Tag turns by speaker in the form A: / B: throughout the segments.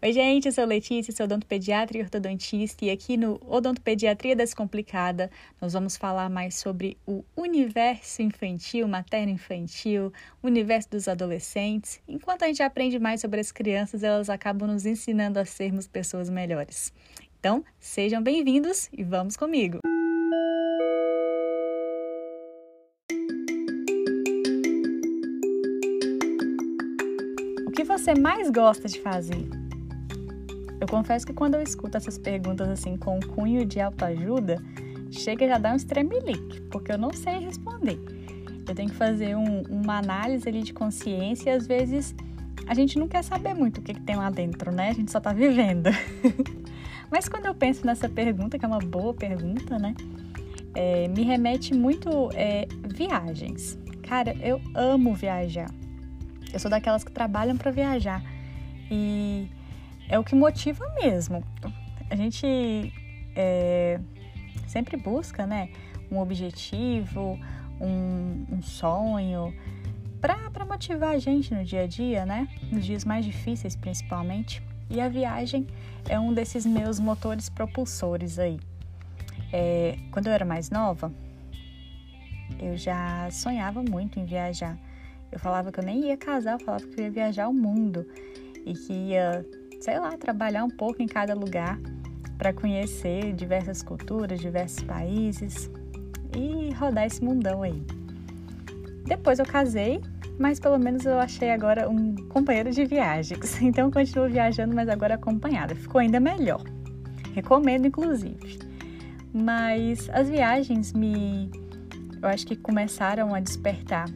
A: Oi, gente, eu sou Letícia, sou odontopediatra e ortodontista, e aqui no Odontopediatria Descomplicada nós vamos falar mais sobre o universo infantil, materno-infantil, o universo dos adolescentes. Enquanto a gente aprende mais sobre as crianças, elas acabam nos ensinando a sermos pessoas melhores. Então, sejam bem-vindos e vamos comigo! O que você mais gosta de fazer? Eu confesso que quando eu escuto essas perguntas assim com um cunho de autoajuda, chega a já dar um estremelique, porque eu não sei responder. Eu tenho que fazer uma análise ali de consciência e às vezes a gente não quer saber muito o que tem lá dentro, né? A gente só tá vivendo. Mas quando eu penso nessa pergunta, que é uma boa pergunta, né? Me remete muito viagens. Cara, eu amo viajar. Eu sou daquelas que trabalham para viajar e é o que motiva mesmo. A gente sempre busca, né, um objetivo, um sonho para motivar a gente no dia a dia, né, nos dias mais difíceis principalmente. E a viagem é um desses meus motores propulsores aí. Quando eu era mais nova, eu já sonhava muito em viajar. Eu falava que eu nem ia casar, eu falava que eu ia viajar o mundo e que ia, sei lá, trabalhar um pouco em cada lugar para conhecer diversas culturas, diversos países e rodar esse mundão aí. Depois eu casei, mas pelo menos eu achei agora um companheiro de viagens. Então eu continuo viajando, mas agora acompanhada. Ficou ainda melhor. Recomendo, inclusive. Mas as viagens eu acho que começaram a despertar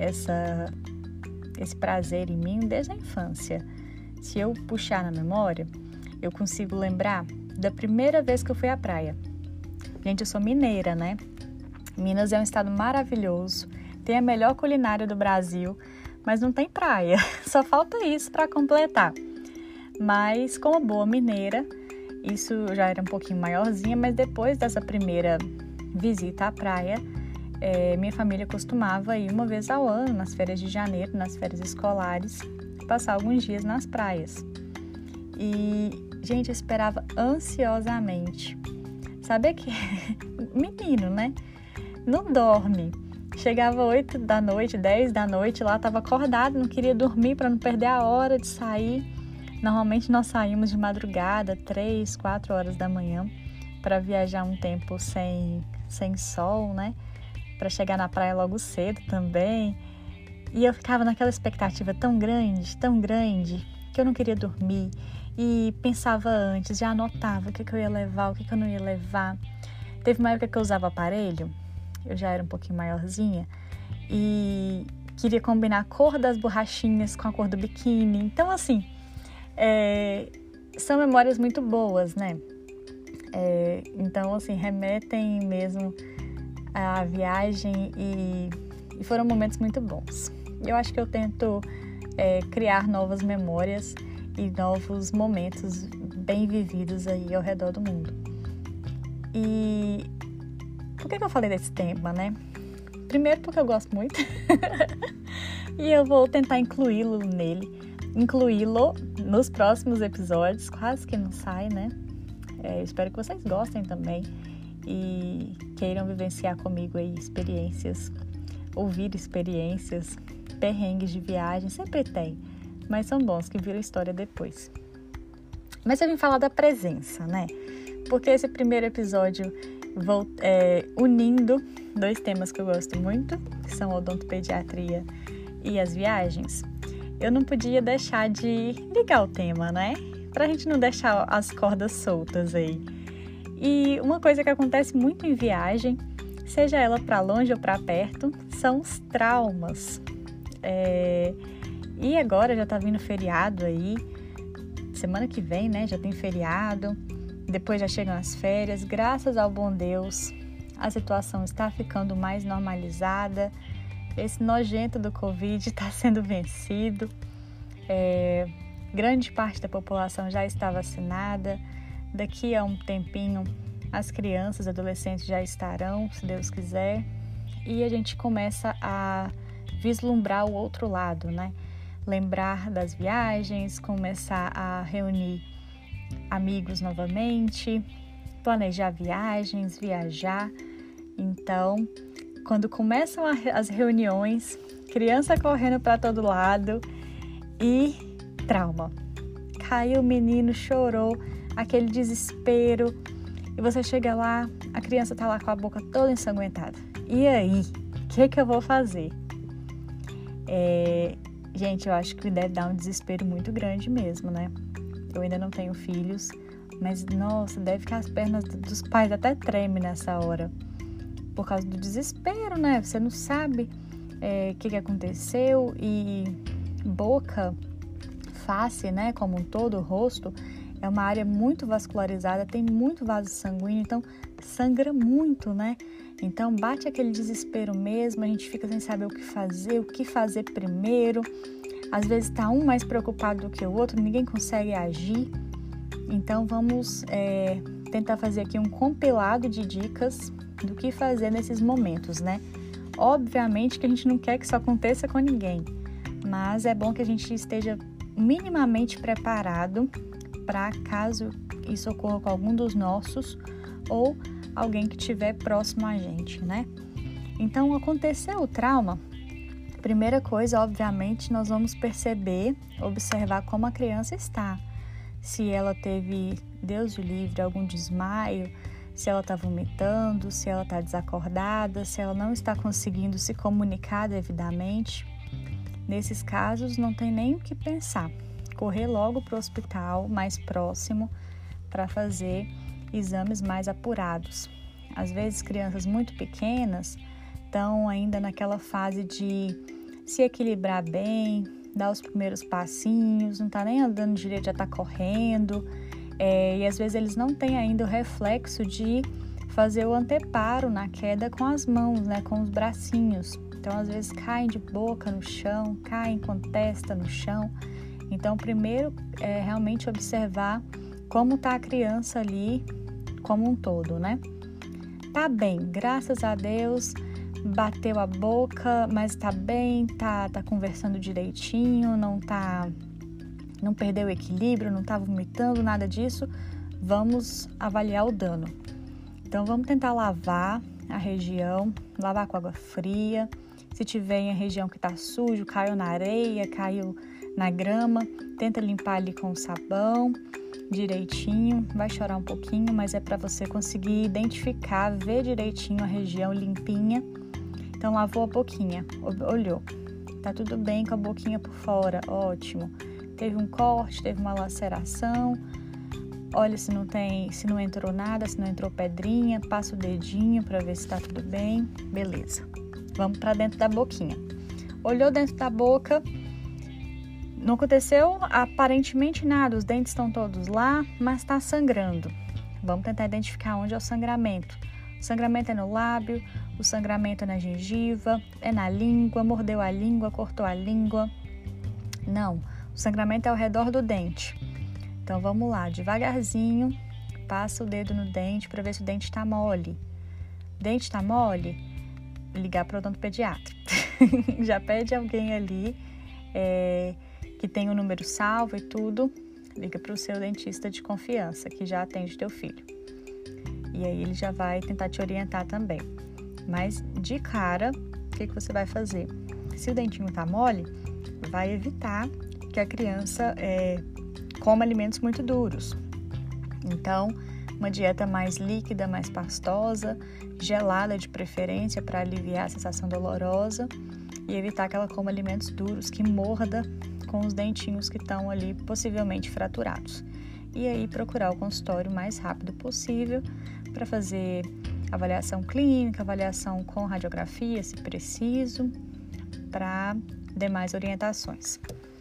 A: esse prazer em mim desde a infância. Se eu puxar na memória, eu consigo lembrar da primeira vez que eu fui à praia. Gente, eu sou mineira, né? Minas é um estado maravilhoso, tem a melhor culinária do Brasil, mas não tem praia. Só falta isso para completar. Mas como boa mineira, isso já era um pouquinho maiorzinha, mas depois dessa primeira visita à praia, minha família costumava ir uma vez ao ano, nas férias de janeiro, nas férias escolares, passar alguns dias nas praias. E, gente, eu esperava ansiosamente. Sabe que menino, né? Não dorme. Chegava 8 da noite, 10 da noite, lá estava acordado, não queria dormir para não perder a hora de sair. Normalmente nós saímos de madrugada, 3, 4 horas da manhã, para viajar um tempo sem sol, né? Para chegar na praia logo cedo também. E eu ficava naquela expectativa tão grande, que eu não queria dormir. E pensava antes, já anotava o que eu ia levar, o que eu não ia levar. Teve uma época que eu usava aparelho, eu já era um pouquinho maiorzinha, e queria combinar a cor das borrachinhas com a cor do biquíni. Então, assim, são memórias muito boas, né? Então, assim, remetem mesmo à viagem e foram momentos muito bons. Eu acho que eu tento criar novas memórias e novos momentos bem vividos aí ao redor do mundo. E por que eu falei desse tema, né? Primeiro porque eu gosto muito e eu vou tentar incluí-lo nos próximos episódios, quase que não sai, né? Espero que vocês gostem também e queiram vivenciar comigo aí ouvir experiências, perrengues de viagem, sempre tem, mas são bons que viram história depois. Mas eu vim falar da presença, né? Porque esse primeiro episódio vou unindo dois temas que eu gosto muito, que são a odontopediatria e as viagens. Eu não podia deixar de ligar o tema, né? Pra gente não deixar as cordas soltas aí. E uma coisa que acontece muito em viagem, seja ela para longe ou para perto, são os traumas. E agora já tá vindo feriado aí, semana que vem, né? Já tem feriado, depois já chegam as férias. Graças ao bom Deus, a situação está ficando mais normalizada. Esse nojento do Covid está sendo vencido. Grande parte da população já está vacinada. Daqui a um tempinho, as crianças e adolescentes já estarão, se Deus quiser. E a gente começa a vislumbrar o outro lado, né? lembrar das viagens, começar a reunir amigos novamente, planejar viagens, viajar. Então, quando começam as reuniões, criança correndo para todo lado e trauma. Caiu o menino, chorou, aquele desespero, e você chega lá, a criança tá lá com a boca toda ensanguentada. E aí, o que eu vou fazer? Gente, eu acho que deve dar um desespero muito grande mesmo, né? Eu ainda não tenho filhos, mas, nossa, deve que as pernas dos pais até tremem nessa hora. Por causa do desespero, né? Você não sabe o que aconteceu. E boca, face, né? Como um todo, o rosto, é uma área muito vascularizada, tem muito vaso sanguíneo, então sangra muito, né? Então bate aquele desespero mesmo, a gente fica sem saber o que fazer primeiro. Às vezes está um mais preocupado do que o outro, ninguém consegue agir. Então vamos tentar fazer aqui um compilado de dicas do que fazer nesses momentos, né? Obviamente que a gente não quer que isso aconteça com ninguém, mas é bom que a gente esteja minimamente preparado para caso isso ocorra com algum dos nossos ou alguém que estiver próximo a gente, né? Então, aconteceu o trauma, primeira coisa, obviamente, nós vamos observar como a criança está. Se ela teve, Deus o livre, algum desmaio, se ela está vomitando, se ela está desacordada, se ela não está conseguindo se comunicar devidamente. Nesses casos, não tem nem o que pensar. Correr logo para o hospital mais próximo para fazer exames mais apurados. Às vezes, crianças muito pequenas estão ainda naquela fase de se equilibrar bem, dar os primeiros passinhos, não está nem andando direito, já está correndo. E às vezes eles não têm ainda o reflexo de fazer o anteparo na queda com as mãos, né, com os bracinhos. Então, às vezes caem de boca no chão, caem com testa no chão. Então, primeiro é realmente observar como está a criança ali como um todo, né? Tá bem, graças a Deus, bateu a boca, mas tá bem, tá conversando direitinho, não perdeu o equilíbrio, não tá vomitando, nada disso. Vamos avaliar o dano. Então, vamos tentar lavar a região, lavar com água fria. Se tiver em a região que tá sujo, caiu na areia, caiu na grama, tenta limpar ali com sabão direitinho. Vai chorar um pouquinho, mas é para você conseguir identificar, ver direitinho a região limpinha. Então, lavou a boquinha, olhou, tá tudo bem com a boquinha por fora, ótimo. Teve um corte, teve uma laceração, olha se não entrou nada, se não entrou pedrinha, passa o dedinho para ver se tá tudo bem, beleza. Vamos para dentro da boquinha. Olhou dentro da boca, não aconteceu aparentemente nada, os dentes estão todos lá, mas está sangrando. Vamos tentar identificar onde é o sangramento. O sangramento é no lábio, o sangramento é na gengiva, é na língua, mordeu a língua, cortou a língua. Não, o sangramento é ao redor do dente. Então vamos lá, devagarzinho, passa o dedo no dente para ver se o dente está mole. Dente está mole? Ligar para o odontopediatra. Já pede alguém ali que tem o número salvo e tudo, liga para o seu dentista de confiança, que já atende teu filho. E aí ele já vai tentar te orientar também. Mas de cara, o que você vai fazer? Se o dentinho tá mole, vai evitar que a criança coma alimentos muito duros. Então, uma dieta mais líquida, mais pastosa, gelada de preferência para aliviar a sensação dolorosa e evitar que ela coma alimentos duros, que morda com os dentinhos que estão ali possivelmente fraturados. E aí procurar o consultório o mais rápido possível para fazer avaliação clínica, avaliação com radiografia, se preciso, para demais orientações.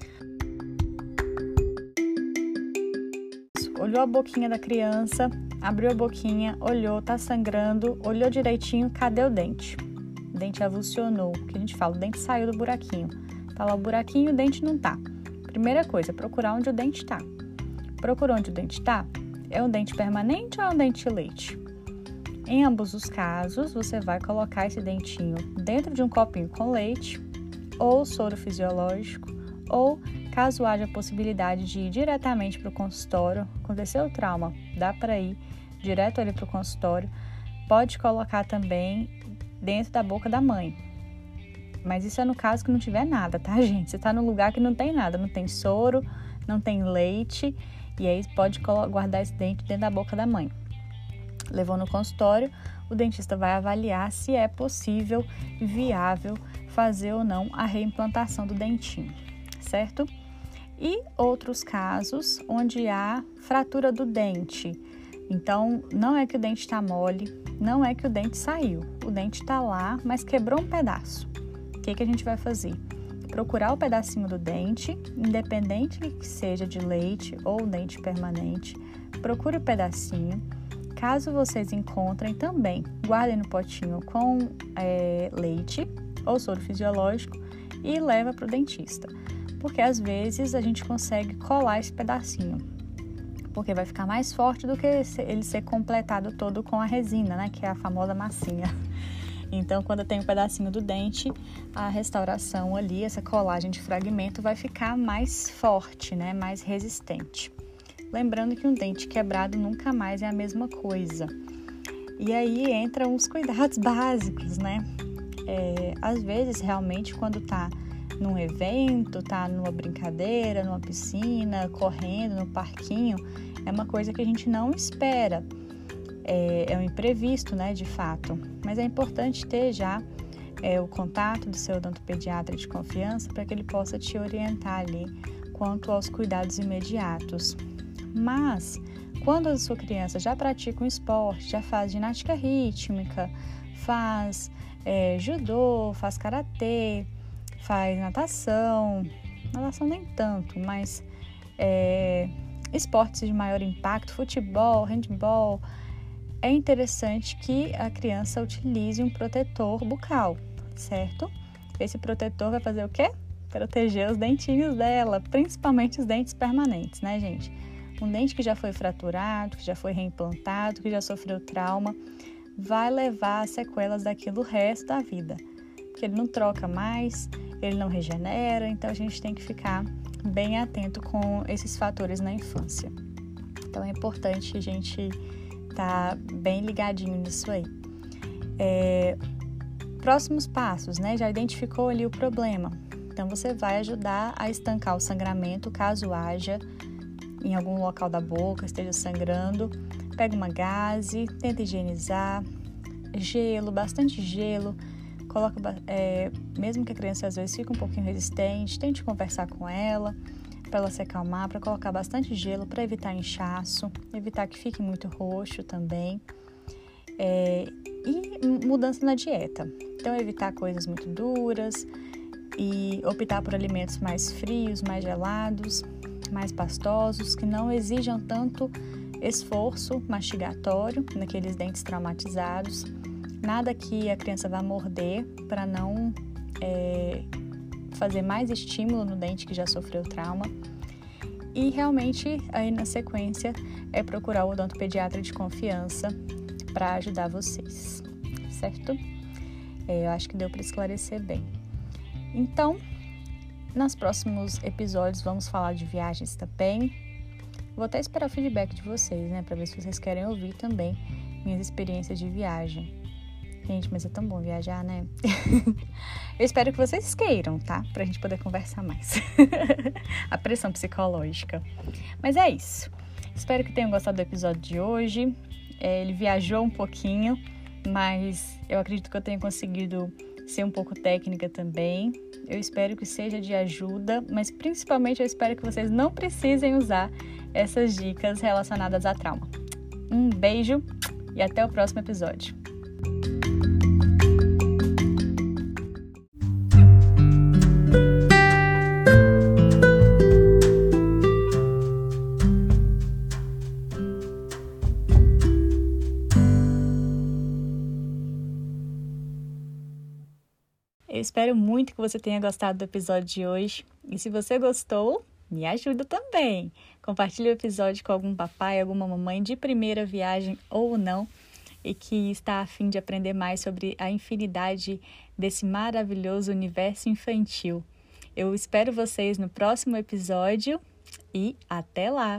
A: Olhou a boquinha da criança, abriu a boquinha, olhou, tá sangrando, olhou direitinho, cadê o dente? O dente avulsionou, que a gente fala, o dente saiu do buraquinho. Tá lá o buraquinho, o dente não tá. Primeira coisa, procurar onde o dente tá. Procurou onde o dente tá? É um dente permanente ou é um dente de leite? Em ambos os casos, você vai colocar esse dentinho dentro de um copinho com leite, ou soro fisiológico, ou, caso haja a possibilidade de ir diretamente para o consultório, aconteceu o trauma, dá para ir direto ali para o consultório, pode colocar também dentro da boca da mãe. Mas isso é no caso que não tiver nada, tá, gente? Você está num lugar que não tem nada, não tem soro, não tem leite, e aí pode guardar esse dente dentro da boca da mãe. Levou no consultório, o dentista vai avaliar se é possível, viável, fazer ou não a reimplantação do dentinho, certo? E outros casos onde há fratura do dente. Então, não é que o dente está mole, não é que o dente saiu. O dente está lá, mas quebrou um pedaço. O que a gente vai fazer? Procurar o pedacinho do dente, independente que seja de leite ou dente permanente. Procure o pedacinho. Caso vocês encontrem também, guardem no potinho com leite ou soro fisiológico e leva para o dentista. Porque às vezes a gente consegue colar esse pedacinho, porque vai ficar mais forte do que ele ser completado todo com a resina, né? Que é a famosa massinha. Então, quando tem um pedacinho do dente, a restauração ali, essa colagem de fragmento vai ficar mais forte, né? Mais resistente. Lembrando que um dente quebrado nunca mais é a mesma coisa. E aí entram os cuidados básicos, né? Às vezes, realmente, quando tá num evento, tá numa brincadeira, numa piscina, correndo, no parquinho, é uma coisa que a gente não espera. É um imprevisto, né, de fato. Mas é importante ter já o contato do seu odontopediatra de confiança para que ele possa te orientar ali quanto aos cuidados imediatos. Mas, quando a sua criança já pratica um esporte, já faz ginástica rítmica, faz judô, faz karatê, faz natação nem tanto, mas esportes de maior impacto, futebol, handball, é interessante que a criança utilize um protetor bucal, certo? Esse protetor vai fazer o quê? Proteger os dentinhos dela, principalmente os dentes permanentes, né, gente? Um dente que já foi fraturado, que já foi reimplantado, que já sofreu trauma, vai levar as sequelas daquilo o resto da vida. Porque ele não troca mais, ele não regenera, então a gente tem que ficar bem atento com esses fatores na infância. Então é importante a gente estar bem ligadinho nisso aí. Próximos passos, né? Já identificou ali o problema. Então você vai ajudar a estancar o sangramento, caso haja em algum local da boca, esteja sangrando. Pega uma gaze, tenta higienizar, gelo, bastante gelo. Coloca, mesmo que a criança às vezes fique um pouquinho resistente, tente conversar com ela para ela se acalmar, para colocar bastante gelo para evitar inchaço, evitar que fique muito roxo também. E mudança na dieta. Então, evitar coisas muito duras e optar por alimentos mais frios, mais gelados, mais pastosos, que não exijam tanto esforço mastigatório naqueles dentes traumatizados. Nada que a criança vá morder para não fazer mais estímulo no dente que já sofreu trauma. E realmente, aí na sequência, é procurar o odontopediatra de confiança para ajudar vocês, certo? Eu acho que deu para esclarecer bem. Então, nos próximos episódios vamos falar de viagens também. Vou até esperar o feedback de vocês, né? Para ver se vocês querem ouvir também minhas experiências de viagem. Gente, mas é tão bom viajar, né? Eu espero que vocês queiram, tá? Pra gente poder conversar mais. A pressão psicológica. Mas é isso. Espero que tenham gostado do episódio de hoje. Ele viajou um pouquinho, mas eu acredito que eu tenha conseguido ser um pouco técnica também. Eu espero que seja de ajuda, mas principalmente eu espero que vocês não precisem usar essas dicas relacionadas a trauma. Um beijo e até o próximo episódio. Eu espero muito que você tenha gostado do episódio de hoje. E se você gostou, me ajuda também. Compartilhe o episódio com algum papai, alguma mamãe de primeira viagem ou não, e que está a fim de aprender mais sobre a infinidade desse maravilhoso universo infantil. Eu espero vocês no próximo episódio e até lá!